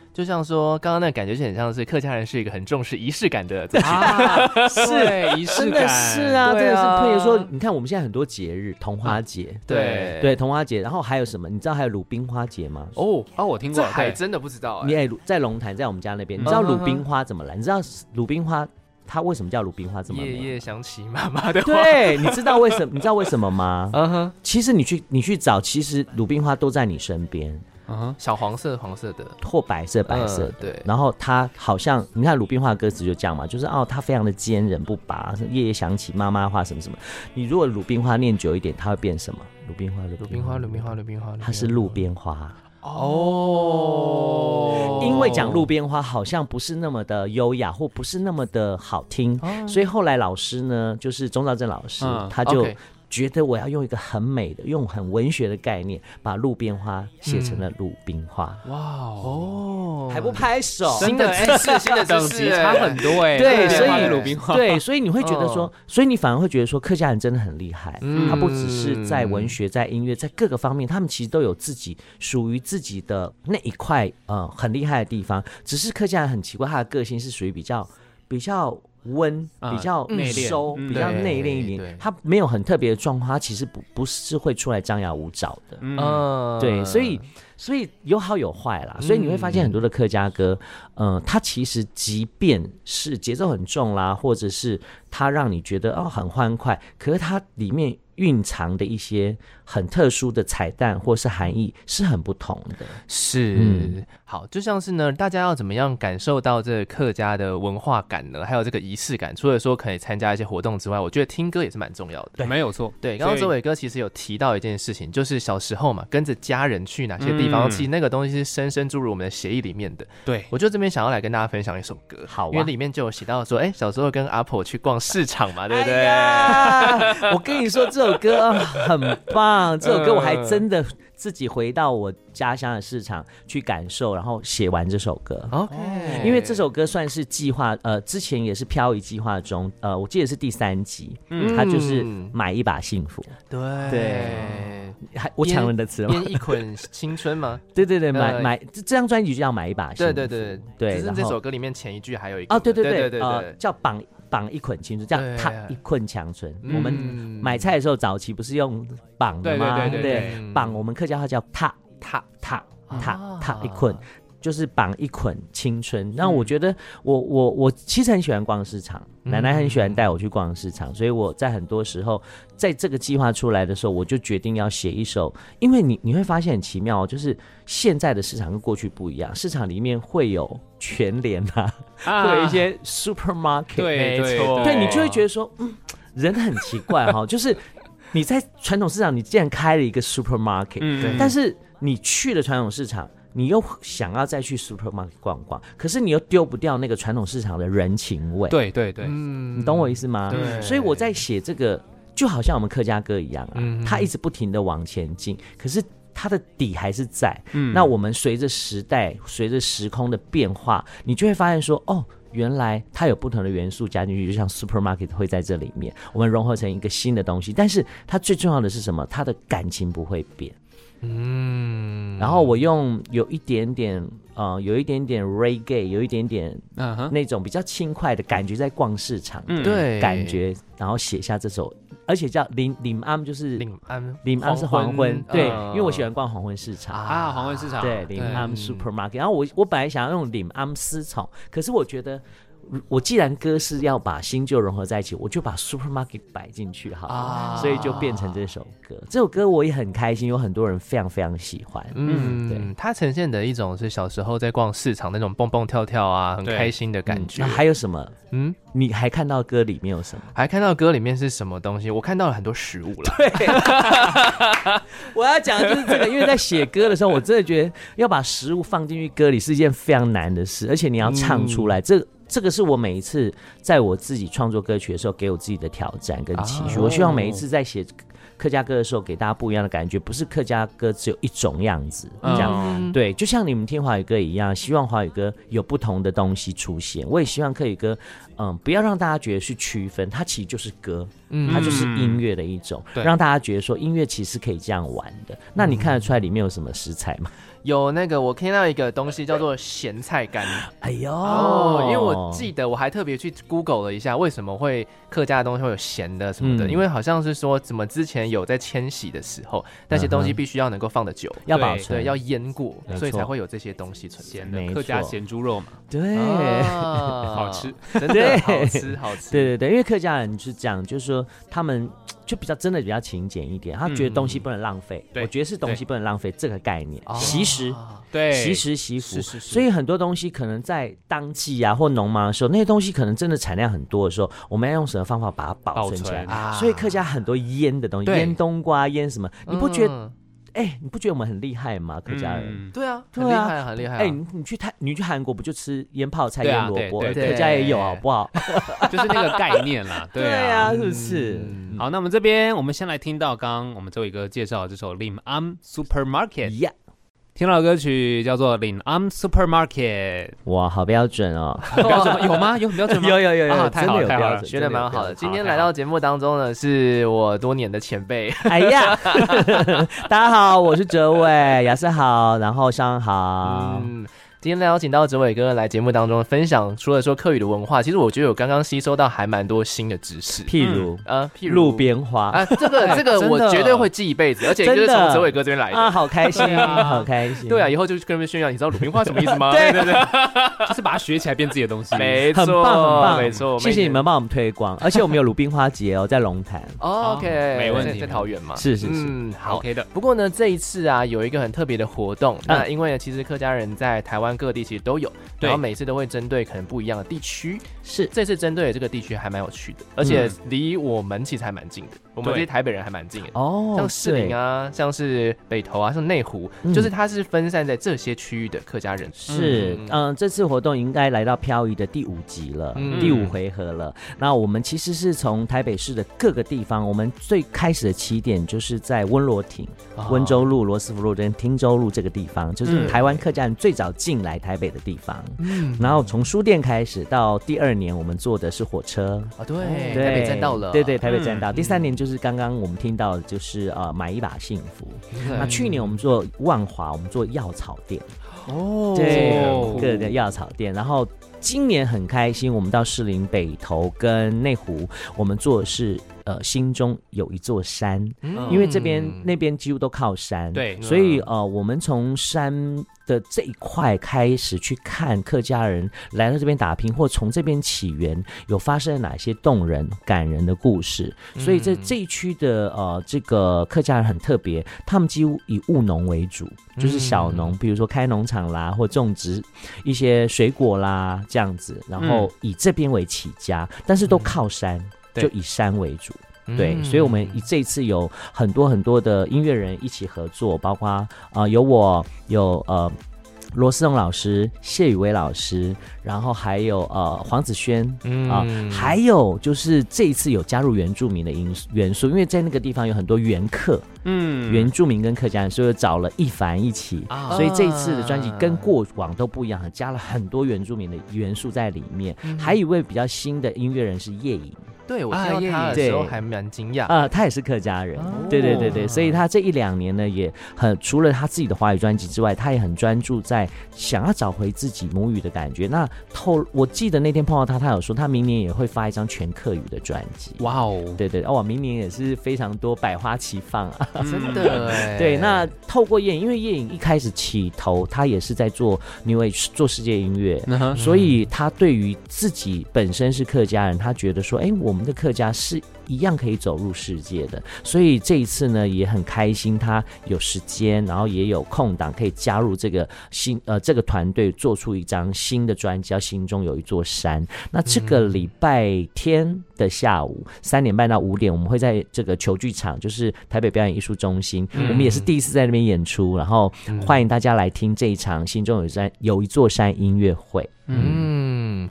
Speaker 1: 就像说刚刚那个感觉就很像是客家人是一个很重视仪式感的族群，
Speaker 2: 啊，是仪式感，
Speaker 3: 真的是啊，真的是。
Speaker 1: 对啊
Speaker 3: 譬如说，你看我们现在很多节日，桐花节，
Speaker 1: 对
Speaker 3: 对，桐花节，然后还有什么？你知道还有鲁冰花节吗？
Speaker 2: 哦哦，我听过，
Speaker 1: 这还
Speaker 2: 对
Speaker 1: 真的不知道哎、
Speaker 3: 你哎，在龙潭，在我们家那边，你知道鲁冰花怎么来？你知道鲁冰花它为什么叫鲁冰花这么
Speaker 1: 夜
Speaker 3: 美？
Speaker 1: 夜想起妈妈的话，
Speaker 3: 对，你知道为什么？你知道为什么吗？
Speaker 1: 嗯哼，
Speaker 3: 其实你去你去找，其实鲁冰花都在你身边。
Speaker 2: 嗯哼，
Speaker 1: 小黄色黄色的，
Speaker 3: 或白色白色的、
Speaker 1: 嗯对
Speaker 3: 然后它好像你看鲁冰花的歌词就这样嘛，就是哦，它非常的坚韧不拔，夜夜想起妈妈话什么什么。你如果鲁冰花念久一点，它会变什么？鲁冰花，鲁
Speaker 1: 鲁冰花，鲁冰花，鲁冰花，
Speaker 3: 它是路边花。
Speaker 1: 哦，
Speaker 3: 因为讲路边花好像不是那么的优雅，或不是那么的好听，
Speaker 1: 哦
Speaker 3: 所以后来老师呢，就是钟兆政老师，
Speaker 2: 嗯
Speaker 3: 他就
Speaker 1: OK
Speaker 3: 觉得我要用一个很美的、用很文学的概念，把路边花写成了鲁冰花。
Speaker 2: 哇
Speaker 1: 哦，
Speaker 3: 还不拍手？
Speaker 1: 新的知识，新的
Speaker 2: 等
Speaker 1: 知识
Speaker 2: 级差很多哎，
Speaker 3: 对，所以
Speaker 2: 鲁冰花，
Speaker 3: 对，所以你会觉得说，
Speaker 1: 嗯
Speaker 3: 所以你反而会觉得说，客家人真的很厉害。
Speaker 1: 嗯
Speaker 3: 他不只是在文学、在音乐、在各个方面，他们其实都有自己属于自己的那一块呃很厉害的地方。只是客家人很奇怪，他的个性是属于比较比较温、
Speaker 2: 嗯
Speaker 3: 比较
Speaker 2: 内敛
Speaker 3: 收、
Speaker 2: 嗯
Speaker 3: 比较
Speaker 1: 对
Speaker 3: 内敛一
Speaker 1: 对
Speaker 3: 点。他没有很特别的状况，他其实不不是会出来张牙舞爪的。
Speaker 2: 嗯，
Speaker 1: 嗯，
Speaker 3: 对，所以所以有好有坏啦，所以你会发现很多的客家歌，嗯、呃，它其实即便是节奏很重啦，或者是它让你觉得哦很欢快，可是它里面蕴藏的一些很特殊的彩蛋或是含义是很不同的。
Speaker 1: 是、
Speaker 3: 嗯
Speaker 1: 好，就像是呢，大家要怎么样感受到这个客家的文化感呢？还有这个仪式感，除了说可以参加一些活动之外，我觉得听歌也是蛮重要的。
Speaker 2: 对，没有错。
Speaker 1: 对，刚刚
Speaker 2: 所以
Speaker 1: 周伟哥其实有提到一件事情，就是小时候嘛，跟着家人去哪些地方，
Speaker 2: 嗯
Speaker 1: 其实那个东西是深深注入我们的血液里面的。
Speaker 2: 对，
Speaker 1: 我就这边想要来跟大家分享一首歌，
Speaker 3: 好啊
Speaker 1: 因为里面就有写到说，哎，小时候跟阿婆去逛市场嘛，对不对？
Speaker 3: 哎呀我跟你说，这首歌、啊、很棒，这首歌我还真的自己回到我家乡的市场去感受，然后写完这首歌。
Speaker 1: OK，
Speaker 3: 因为这首歌算是计划，呃，之前也是漂移计划中，呃，我记得是第三集，嗯，它就是买一把幸福，
Speaker 1: 对
Speaker 3: 对还我抢了你的词了吗？
Speaker 1: 编一捆青春吗？
Speaker 3: 对对对，买
Speaker 1: 呃
Speaker 3: 买这这张专辑就叫买一把幸福，
Speaker 1: 对对对
Speaker 3: 对，然后
Speaker 1: 只是这首歌里面前一句还有一个
Speaker 3: 哦，对对
Speaker 1: 对
Speaker 3: 对呃
Speaker 1: 对对，
Speaker 3: 叫绑绑一捆青春，叫
Speaker 1: 对
Speaker 3: 踏一捆强春。
Speaker 1: 嗯
Speaker 3: 我们买菜的时候早期不是用绑的吗？
Speaker 2: 对对对对
Speaker 1: 对
Speaker 3: 绑我们客家话叫踏踏踏踏
Speaker 1: 啊
Speaker 3: 踏一捆。就是绑一捆青春，那我觉得我我我其实很喜欢逛市场，
Speaker 1: 嗯
Speaker 3: 奶奶很喜欢带我去逛市场，所以我在很多时候在这个计划出来的时候，我就决定要写一首，因为你你会发现很奇妙，就是现在的市场跟过去不一样，市场里面会有全联啊，
Speaker 2: 啊
Speaker 3: 会有一些 supermarket，
Speaker 2: 对
Speaker 1: 没错
Speaker 3: 对你就会觉得说，嗯，人很奇怪哈，就是你在传统市场，你竟然开了一个 supermarket，
Speaker 2: 嗯
Speaker 3: 但是你去了传统市场，你又想要再去 supermarket 逛逛，可是你又丢不掉那个传统市场的人情味。，
Speaker 2: 对对对，
Speaker 1: 嗯
Speaker 3: 你懂我意思吗？
Speaker 1: 对
Speaker 3: 所以我在写这个，就好像我们客家歌一样啊，
Speaker 1: 嗯
Speaker 3: 它一直不停的往前进，可是它的底还是在。
Speaker 2: 嗯
Speaker 3: 那我们随着时代、随着时空的变化，你就会发现说，哦。原来它有不同的元素加进去，就像 supermarket 会在这里面，我们融合成一个新的东西。但是它最重要的是什么？它的感情不会变。
Speaker 1: 嗯，
Speaker 3: 然后我用有一点点呃，有一点点 reggae， 有一点点
Speaker 2: 嗯哼，
Speaker 3: 那种比较轻快的感觉，在逛市场的
Speaker 2: 嗯
Speaker 1: 对
Speaker 3: 感觉，然后写下这首，而且叫林林安，就是
Speaker 1: 领安
Speaker 3: 林安是黄昏，
Speaker 1: 嗯
Speaker 3: 对，因为我喜欢逛黄昏市场。
Speaker 2: 啊，黄昏市场，
Speaker 3: 对，林安
Speaker 1: 嗯
Speaker 3: supermarket，然后我我本来想要用林安私宠，可是我觉得，我既然歌是要把新旧融合在一起，我就把 supermarket 摆进去好了，
Speaker 1: 啊
Speaker 3: 所以就变成这首歌。这首歌我也很开心，有很多人非常非常喜欢。
Speaker 1: 嗯，
Speaker 3: 对
Speaker 1: 对，它呈现的一种是小时候在逛市场那种蹦蹦跳跳啊，很
Speaker 2: 对
Speaker 1: 开心的感觉
Speaker 3: 那。还有什么？
Speaker 1: 嗯，
Speaker 3: 你还看到歌里面有什么？
Speaker 1: 还看到歌里面是什么东西？我看到了很多食物了。
Speaker 3: 我要讲的就是这个，因为在写歌的时候，我真的觉得要把食物放进去歌里是一件非常难的事，而且你要唱出来。嗯、这这个是我每一次在我自己创作歌曲的时候给我自己的挑战跟期许。
Speaker 1: 哦、
Speaker 3: 我希望每一次在写客家歌的时候，给大家不一样的感觉，不是客家歌只有一种样子，
Speaker 2: 嗯、
Speaker 3: 这样对，就像你们听华语歌一样，希望华语歌有不同的东西出现。我也希望客语歌，嗯，不要让大家觉得是区分，它其实就是歌，嗯，它就是音乐的一种，嗯、让大家觉得说音乐其实可以这样玩的。那你看得出来里面有什么食材吗？
Speaker 1: 有那个我听到一个东西叫做咸菜干，
Speaker 3: 哎呦、
Speaker 1: 哦，因为我记得我还特别去 Google 了一下，为什么会客家的东西会有咸的什么的，嗯、因为好像是说怎么之前有在迁徙的时候，那些东西必须要能够放得久，
Speaker 3: 要保存，
Speaker 1: 对，要腌过，所以才会有这些东西存
Speaker 2: 咸的客家咸猪肉嘛，
Speaker 3: 对，
Speaker 1: 啊、
Speaker 2: 好吃，
Speaker 1: 真的好吃好吃，
Speaker 3: 对对对，因为客家人是这样，就是说他们就比较真的比较勤俭一点，他觉得东西不能浪费，嗯、我觉得是东西不能浪费这个概念，习食。
Speaker 2: 对，
Speaker 3: 惜食惜福，
Speaker 2: 是是是，
Speaker 3: 所以很多东西可能在当季啊或农忙的时候，那些东西可能真的产量很多的时候，我们要用什么方法把它保存起来？啊、所以客家很多腌的东西，腌冬瓜、腌什么，你不觉得？哎、嗯欸，你不觉得我们很厉害吗？客家人，
Speaker 1: 嗯、对啊，很厉害，很厉害、啊。
Speaker 3: 哎、欸，你去泰，你去韩国不就吃腌泡菜、腌萝卜？客家也有，好不好？
Speaker 2: 就是那个概念啦，对啊，
Speaker 3: 对啊，是不是？
Speaker 2: 嗯、好，那我们这边，我们先来听到刚刚我们这位哥介绍的这首《Lim Am Supermarket》。听到的歌曲叫做《Lim Am Supermarket》，
Speaker 3: 哇，好标准哦！
Speaker 2: 标准吗？有吗？有很标准吗？
Speaker 3: 有有有有，
Speaker 2: 啊、太好了，
Speaker 3: 太
Speaker 2: 好了，
Speaker 1: 学的蛮好的。今天来到节目当中呢，是我多年的前辈。
Speaker 3: 哎呀，大家好，我是哲伟，雅思好，然后上好。
Speaker 1: 嗯。今天邀请到哲伟哥来节目当中分享，除了说客语的文化，其实我觉得我刚刚吸收到还蛮多新的知识，
Speaker 3: 譬如、
Speaker 1: 嗯、呃，譬如
Speaker 3: 路边花
Speaker 1: 啊，这个这个我绝对会记一辈子，而且就是从哲伟哥这边来的
Speaker 3: 啊，好开心啊，好开心。
Speaker 1: 对啊，以后就跟他们炫耀，你知道鲁冰花什么意思吗？对对对，
Speaker 2: 就是把它学起来变自己的东西，
Speaker 1: 没错，
Speaker 3: 很棒很棒，
Speaker 1: 没错。
Speaker 3: 谢谢你们帮我们推广，而且我们有鲁冰花节哦，在龙潭。
Speaker 1: 哦、OK，
Speaker 2: 没问题，
Speaker 1: 在桃园嘛，
Speaker 3: 是是是，
Speaker 1: 嗯，好
Speaker 2: OK 的。
Speaker 1: 不过呢，这一次啊，有一个很特别的活动，嗯、那因为呢，其实客家人在台湾各地其实都有。然后每次都会针对可能不一样的地区，
Speaker 3: 是
Speaker 1: 这次针对的这个地区还蛮有趣的，而且离我们其实还蛮近的，我们这些台北人还蛮近的
Speaker 3: 哦，
Speaker 1: 像士林啊，像是北投啊，像内湖，嗯、就是它是分散在这些区域的客家人。
Speaker 3: 是，嗯，嗯这次活动应该来到漂移的第五集了，嗯、第五回合了。那我们其实是从台北市的各个地方，我们最开始的起点就是在温罗亭、哦、温州路、罗斯福路跟汀州路这个地方，就是台湾客家人最早进来台北的地方。嗯，然后从书店开始到第二年，我们坐的是火车
Speaker 1: 啊、哦，对，对台北站到了，
Speaker 3: 对对，台北站到。嗯、第三年就是刚刚我们听到的，就是呃买一把幸福。那去年我们做万华，我们做药草店哦，对，各个药草店。然后今年很开心，我们到士林、北投跟内湖，我们做的是。呃，心中有一座山，嗯、因为这边那边几乎都靠山，
Speaker 2: 对，
Speaker 3: 所以呃，我们从山的这一块开始去看客家人来到这边打拼，或从这边起源有发生了哪些动人、感人的故事。所以这这一区的呃，这个客家人很特别，他们几乎以务农为主，就是小农，比如说开农场啦，或种植一些水果啦这样子，然后以这边为起家，但是都靠山。嗯就以山为主，对，嗯、所以我们这一次有很多很多的音乐人一起合作，包括呃有我有呃罗思荣老师、谢宇威老师，然后还有呃黄子轩啊、嗯呃，还有就是这一次有加入原住民的因元素，因为在那个地方有很多原客，嗯，原住民跟客家人，所以找了一凡一起，啊、所以这一次的专辑跟过往都不一样，加了很多原住民的元素在里面。嗯、还有一位比较新的音乐人是叶颖。
Speaker 1: 对，我听到他的时候还蛮惊讶
Speaker 3: 啊、呃，他也是客家人，哦、对对对对，所以他这一两年呢，也很除了他自己的华语专辑之外，他也很专注在想要找回自己母语的感觉。那透，我记得那天碰到他，他有说他明年也会发一张全客语的专辑。哇哦，对对哦，明年也是非常多百花齐放啊，
Speaker 1: 真的哎。
Speaker 3: 对，那透过叶颖，因为叶颖一开始起头，他也是在做 New Age 做世界音乐，嗯、所以他对于自己本身是客家人，他觉得说，哎，我们。的客家是一样可以走入世界的，所以这一次呢也很开心，他有时间，然后也有空档可以加入这个新呃这个团队，做出一张新的专辑，叫《心中有一座山》。那这个礼拜天的下午三点半到五点，我们会在这个球剧场，就是台北表演艺术中心，嗯、我们也是第一次在那边演出，然后欢迎大家来听这一场《心中有一山有一座山》音乐会。嗯。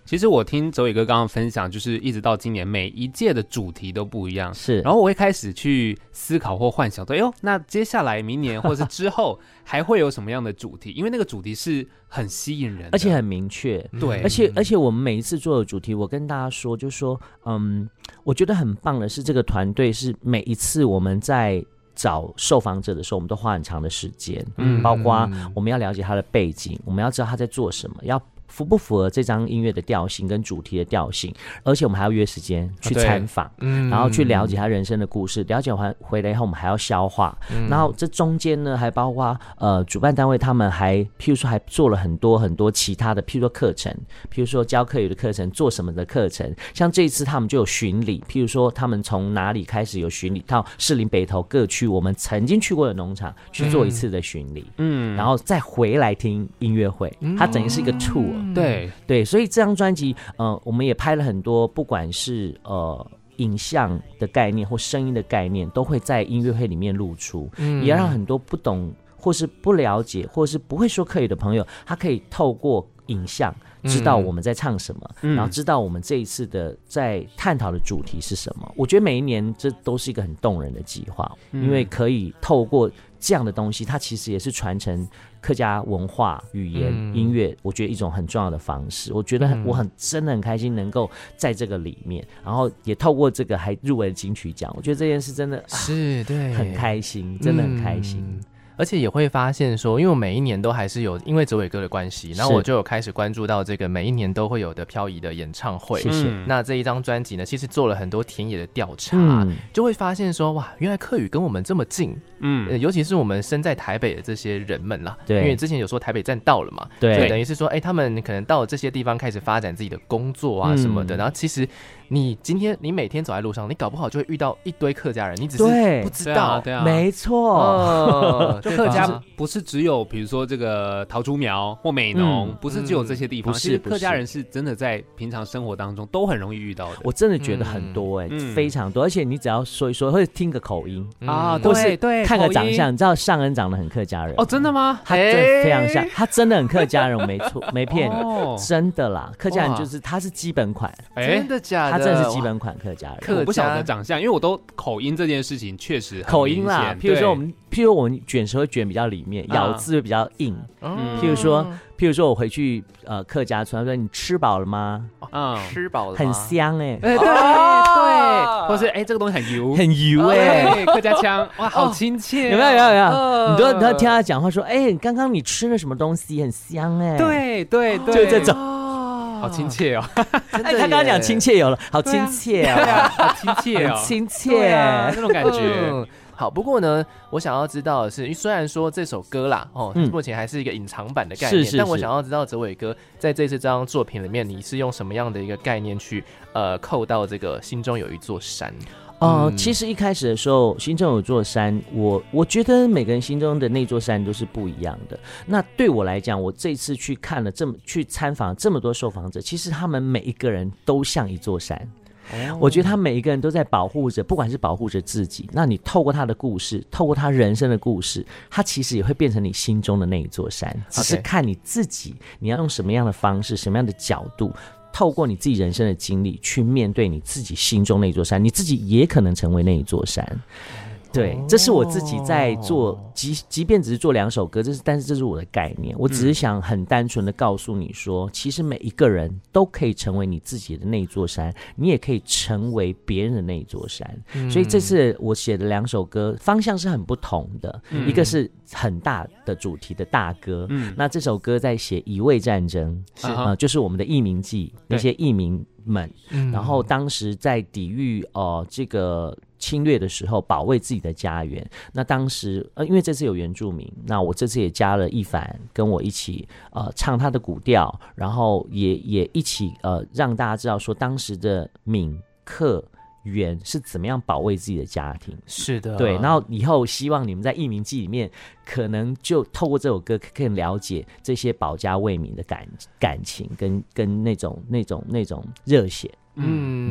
Speaker 2: 其实我听哲伟哥刚刚分享，就是一直到今年每一届的主题都不一样，
Speaker 3: 是。
Speaker 2: 然后我会开始去思考或幻想，对，哎呦，那接下来明年或是之后还会有什么样的主题？因为那个主题是很吸引人的，
Speaker 3: 而且很明确。
Speaker 2: 对，
Speaker 3: 而且而且我们每一次做的主题，我跟大家说，就是说，嗯，我觉得很棒的是，这个团队是每一次我们在找受访者的时候，我们都花很长的时间，嗯，包括我们要了解他的背景，我们要知道他在做什么，要符不符合这张音乐的调性跟主题的调性，而且我们还要约时间去参访、啊嗯、然后去了解他人生的故事，了解完回来以后我们还要消化、嗯、然后这中间呢还包括呃主办单位他们还譬如说还做了很多很多其他的，譬如说课程，譬如说教课语的课程，做什么的课程，像这一次他们就有巡礼，譬如说他们从哪里开始有巡礼到士林北投各区我们曾经去过的农场去做一次的巡礼，嗯，然后再回来听音乐会、嗯、它等于是一个 tour、嗯
Speaker 2: 对
Speaker 3: 对，所以这张专辑，呃，我们也拍了很多，不管是呃影像的概念或声音的概念，都会在音乐会里面露出，嗯，也让很多不懂或是不了解或是不会说客语的朋友，他可以透过影像知道我们在唱什么、嗯、然后知道我们这一次的在探讨的主题是什么。我觉得每一年这都是一个很动人的计划、嗯、因为可以透过这样的东西，它其实也是传承客家文化、语言、嗯、音乐，我觉得一种很重要的方式。我觉得很、嗯、我很真的很开心能够在这个里面，然后也透过这个还入围了金曲奖。我觉得这件事真的
Speaker 1: 是、啊、对，
Speaker 3: 很开心，真的很开心。嗯，
Speaker 1: 而且也会发现说，因为我每一年都还是有因为哲伟哥的关系，然后我就有开始关注到这个每一年都会有的漂移的演唱会。
Speaker 3: 谢谢。
Speaker 1: 那这一张专辑呢，其实做了很多田野的调查、嗯，就会发现说，哇，原来客语跟我们这么近。嗯、呃，尤其是我们身在台北的这些人们啦，对，因为之前有说台北站到了嘛，对，所以等于是说，哎、欸，他们可能到了这些地方开始发展自己的工作啊什么的，嗯、然后其实你今天你每天走在路上，你搞不好就会遇到一堆客家人，你只是不知道，
Speaker 2: 对啊，
Speaker 3: 没错，
Speaker 2: 呃、就客家不是只有比如说这个桃竹苗或美浓、嗯，不是只有这些地方，嗯、其实客家人是真的在平常生活当中都很容易遇到的。
Speaker 3: 我真的觉得很多哎、欸嗯，非常多，而且你只要说一说，会听个口音、嗯、
Speaker 2: 啊，对对。
Speaker 3: 看个长相，你知道尚恩长得很客家人
Speaker 2: 哦？真的吗？
Speaker 3: 他真的非常像，他真的很客家人，没错，没骗你、哦，真的啦。客家人就是他是基本款，
Speaker 1: 真的假的？
Speaker 3: 他真的是基本款客家人。
Speaker 2: 我不晓得长相，因为我都口音这件事情确实很
Speaker 3: 口音啦。譬如说我们，譬如我们卷舌会卷比较里面，咬字会比较硬。嗯、譬如说，譬如说我回去呃客家村，他说你吃饱了吗？
Speaker 1: 嗯，吃饱了，
Speaker 3: 很香哎、欸，
Speaker 2: 哎、欸、对、哦、对，或是哎、欸、这个东西很油，
Speaker 3: 很油哎、
Speaker 2: 欸，客家腔哇，好亲切、哦，
Speaker 3: 有没有有没有有没有？呃、你都你都听他讲话说，哎、欸，刚刚你吃了什么东西，很香哎、欸，
Speaker 2: 对对对，
Speaker 3: 就这种。
Speaker 2: 好亲切哦！
Speaker 3: 哎，他刚刚讲亲切有了，好亲切哦，
Speaker 2: 对啊，好亲切哦，
Speaker 3: 亲切、啊、
Speaker 2: 那种感觉。
Speaker 1: 嗯好，不过呢，我想要知道的是，虽然说这首歌啦，哦，嗯、目前还是一个隐藏版的概念，是是是，但我想要知道哲伟哥在这次这张作品里面，你是用什么样的一个概念去呃扣到这个心中有一座山？
Speaker 3: 呃、嗯，其实一开始的时候，心中有座山，我我觉得每个人心中的那座山都是不一样的。那对我来讲，我这次去看了这么去参访这么多受访者，其实他们每一个人都像一座山。我觉得他每一个人都在保护着，不管是保护着自己，那你透过他的故事，透过他人生的故事，他其实也会变成你心中的那一座山，只是看你自己，你要用什么样的方式，什么样的角度，透过你自己人生的经历去面对你自己心中那一座山，你自己也可能成为那一座山。对，这是我自己在做，即即便只是做两首歌，这是但是这是我的概念，我只是想很单纯的告诉你说、嗯，其实每一个人都可以成为你自己的那一座山，你也可以成为别人的那一座山。嗯、所以这次我写的两首歌方向是很不同的，嗯、一个是很大的主题的大歌，嗯、那这首歌在写乙未战争，是、呃、就是我们的义民记那些义民们、嗯，然后当时在抵御呃这个侵略的时候，保卫自己的家园。那当时呃，因为这次有原住民，那我这次也加了一凡跟我一起呃唱他的古调，然后也也一起呃让大家知道说当时的闽客原是怎么样保卫自己的家庭。
Speaker 1: 是的，
Speaker 3: 对。然后以后希望你们在义民记里面，可能就透过这首歌可以了解这些保家卫民的感感情跟跟那种那种那种热血。
Speaker 1: 嗯，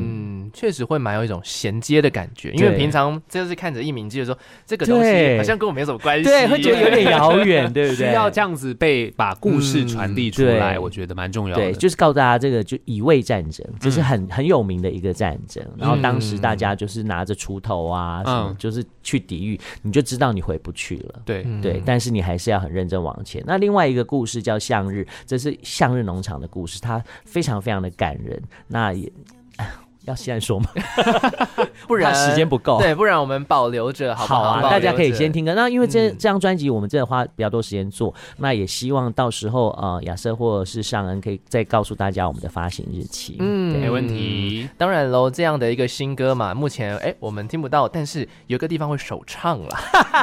Speaker 1: 嗯，确实会蛮有一种衔接的感觉，因为平常就是看着艺名记的时候，这个东西好像跟我没什么关系，
Speaker 3: 对，会觉得有点遥远，对不对？
Speaker 2: 需要这样子被把故事传递出来，嗯、我觉得蛮重要的。
Speaker 3: 对，就是告诉大家，这个就乙未战争，这是很、嗯、很有名的一个战争。然后当时大家就是拿着锄头啊，什么、嗯、就是去抵御，你就知道你回不去了。
Speaker 2: 对
Speaker 3: 对，但是你还是要很认真往前。那另外一个故事叫向日，这是向日农场的故事，它非常非常的感人。那也。要现在说吗？
Speaker 1: 不然
Speaker 3: 时间不够。
Speaker 1: 对，不然我们保留着，好不好？
Speaker 3: 好啊，大家可以先听歌。那因为这、嗯、这张专辑我们真的花比较多时间做，那也希望到时候呃亚瑟或者是尚恩可以再告诉大家我们的发行日期。
Speaker 2: 嗯，没问题。
Speaker 1: 当然喽，这样的一个新歌嘛，目前哎我们听不到，但是有个地方会首唱了。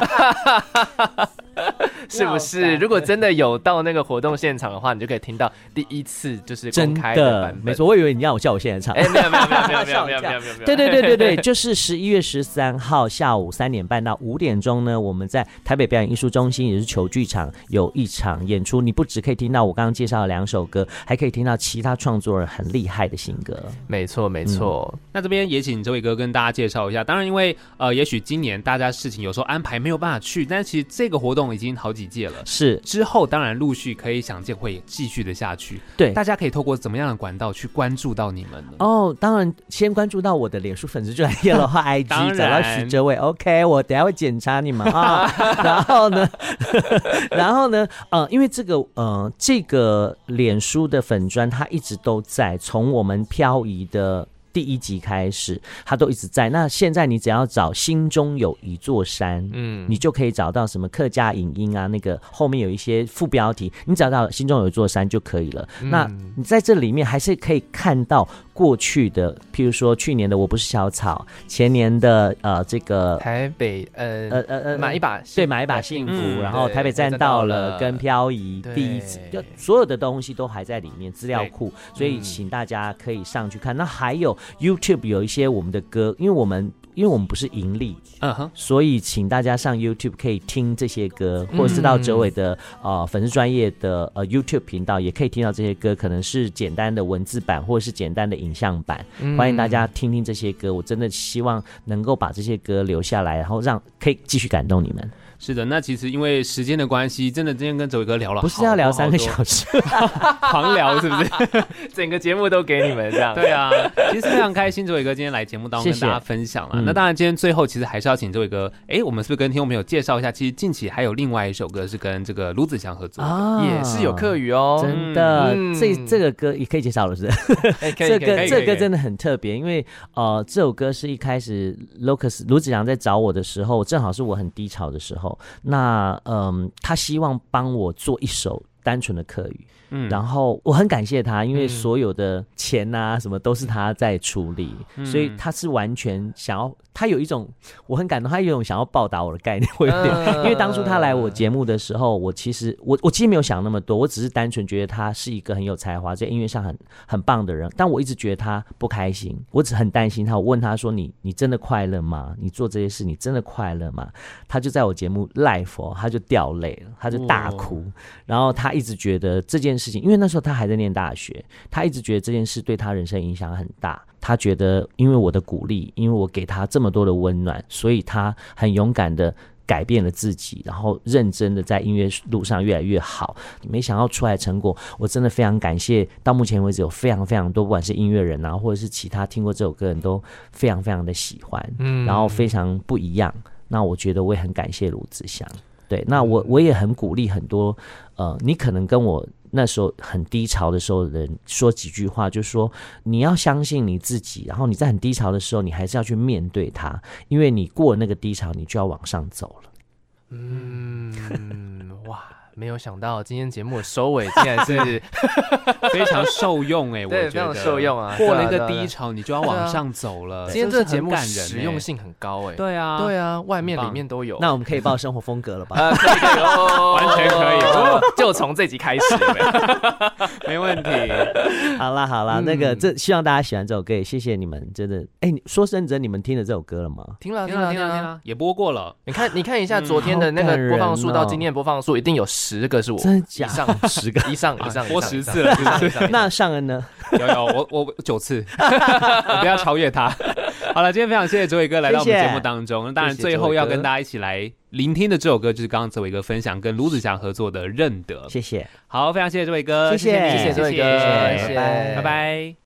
Speaker 1: 是不是？如果真的有到那个活动现场的话，你就可以听到第一次就是公开的版本。
Speaker 3: 没错，我以为你要我叫我现在唱。
Speaker 1: 哎，没有没有没有没有没有没有没有没有。
Speaker 3: 对对对对对，就是十一月十三号下午三点半到五点钟呢，我们在台北表演艺术中心，也是球剧场有一场演出。你不只可以听到我刚刚介绍的两首歌，还可以听到其他创作人很厉害的新歌。
Speaker 1: 没错没错、嗯。
Speaker 2: 那这边也请这位哥跟大家介绍一下。当然，因为呃，也许今年大家事情有时候安排没有办法去，但是其实这个活动已经好几届了。
Speaker 3: 是
Speaker 2: 之后当然陆续可以想见会继续的下去。
Speaker 3: 对，
Speaker 2: 大家可以透过怎么样的管道去关注到你们呢？
Speaker 3: 哦，当然先关注到我的脸书粉丝专页的话，I G 找到许哲伟 ，OK， 我等一下会检查你们啊。然后呢，然后呢，呃，因为这个呃这个脸书的粉专它一直都在，从我们漂移的第一集开始，它都一直在。那现在你只要找心中有一座山，嗯，你就可以找到什么客家影音啊，那个后面有一些副标题，你找到心中有一座山就可以了。嗯、那你在这里面还是可以看到过去的，譬如说去年的我不是小草，前年的呃这个
Speaker 1: 台北呃呃呃呃买一把
Speaker 3: 对买一把幸福，嗯、然后台北站到了跟漂移第一次，就所有的东西都还在里面资料库，所以请大家可以上去看。那还有。YouTube 有一些我们的歌，因为我们因为我们不是盈利，嗯哼，所以请大家上 YouTube 可以听这些歌，或者是到哲伟的呃粉丝专业的呃 YouTube 频道也可以听到这些歌，可能是简单的文字版或者是简单的影像版，嗯、欢迎大家听听这些歌。我真的希望能够把这些歌留下来，然后让可以继续感动你们。
Speaker 2: 是的，那其实因为时间的关系，真的今天跟哲伟哥聊了好，
Speaker 3: 不是要聊三个小时，
Speaker 2: 狂聊是不是？
Speaker 1: 整个节目都给你们这样。
Speaker 2: 对啊，其实非常开心，哲伟哥今天来节目当中跟大家分享了。谢谢。那当然，今天最后其实还是要请哲伟哥，哎，我们是不是跟听众朋友介绍一下？其实近期还有另外一首歌是跟这个卢子祥合作的，
Speaker 1: 啊、也是有客语哦，
Speaker 3: 真的。嗯、这这个歌也可以介绍了，是不是？欸、这个这个歌真的很特别，因为呃，这首歌是一开始 Lucas 卢子祥在找我的时候，正好是我很低潮的时候，那。嗯，他希望帮我做一首单纯的客语，嗯，然后我很感谢他，因为所有的钱啊什么都是他在处理，嗯、所以他是完全想要，他有一种我很感动，他有一种想要报答我的概念，我有点，呃、因为当初他来我节目的时候，我其实我我其实没有想那么多，我只是单纯觉得他是一个很有才华，在音乐上很很棒的人，但我一直觉得他不开心，我只很担心他，我问他说你你真的快乐吗？你做这些事你真的快乐吗？他就在我节目 live、哦、他就掉泪了，他就大哭，然后他一直觉得这件事情，因为那时候他还在念大学，他一直觉得这件事对他人生影响很大，他觉得因为我的鼓励，因为我给他这么多的温暖，所以他很勇敢的改变了自己，然后认真的在音乐路上越来越好。没想到出来成果，我真的非常感谢，到目前为止有非常非常多，不管是音乐人啊，或者是其他听过这首歌的人都非常非常的喜欢，嗯，然后非常不一样。那我觉得我也很感谢卢子祥，对，那我我也很鼓励很多，呃，你可能跟我那时候很低潮的时候的人说几句话，就是说你要相信你自己，然后你在很低潮的时候，你还是要去面对它，因为你过了那个低潮，你就要往上走了。
Speaker 1: 嗯，哇。没有想到今天节目的收尾竟然是
Speaker 2: 非常受用哎、欸，我觉得
Speaker 1: 非常受用啊！
Speaker 2: 过了一个低潮，你就要往上走了。
Speaker 1: 今天这个节目实用性很高哎、欸，
Speaker 2: 对啊，
Speaker 1: 对啊，外面里面都有。
Speaker 3: 那我们可以报生活风格了吧？
Speaker 1: 呃，可以可以哦，
Speaker 2: 完全可以哦。
Speaker 1: 就就从这集开始，
Speaker 2: 没问题。
Speaker 3: 好啦好啦，嗯、那个这希望大家喜欢这首歌，也谢谢你们，真的。哎、欸，说认真，你们听了这首歌了吗？
Speaker 1: 听了
Speaker 2: 听了听了听了，也播过了。
Speaker 1: 你看你看一下昨天的那个播放数到今天的播放数，一定有十个是我，
Speaker 3: 真的假？
Speaker 1: 以上十个以上以上
Speaker 2: 播十次了，
Speaker 3: 那尚恩呢？
Speaker 2: 有有，我我九次，我不要超越他。好了，今天非常谢谢哲伟哥来到我们节目当中。当然，最后要跟大家一起来聆听的这首歌，就是刚刚哲伟哥分享跟卢子祥合作的《认得》。
Speaker 3: 谢谢。
Speaker 2: 好，非常谢谢哲伟哥，
Speaker 3: 谢谢
Speaker 1: 谢谢哲伟哥，
Speaker 3: 谢谢，
Speaker 2: 拜拜。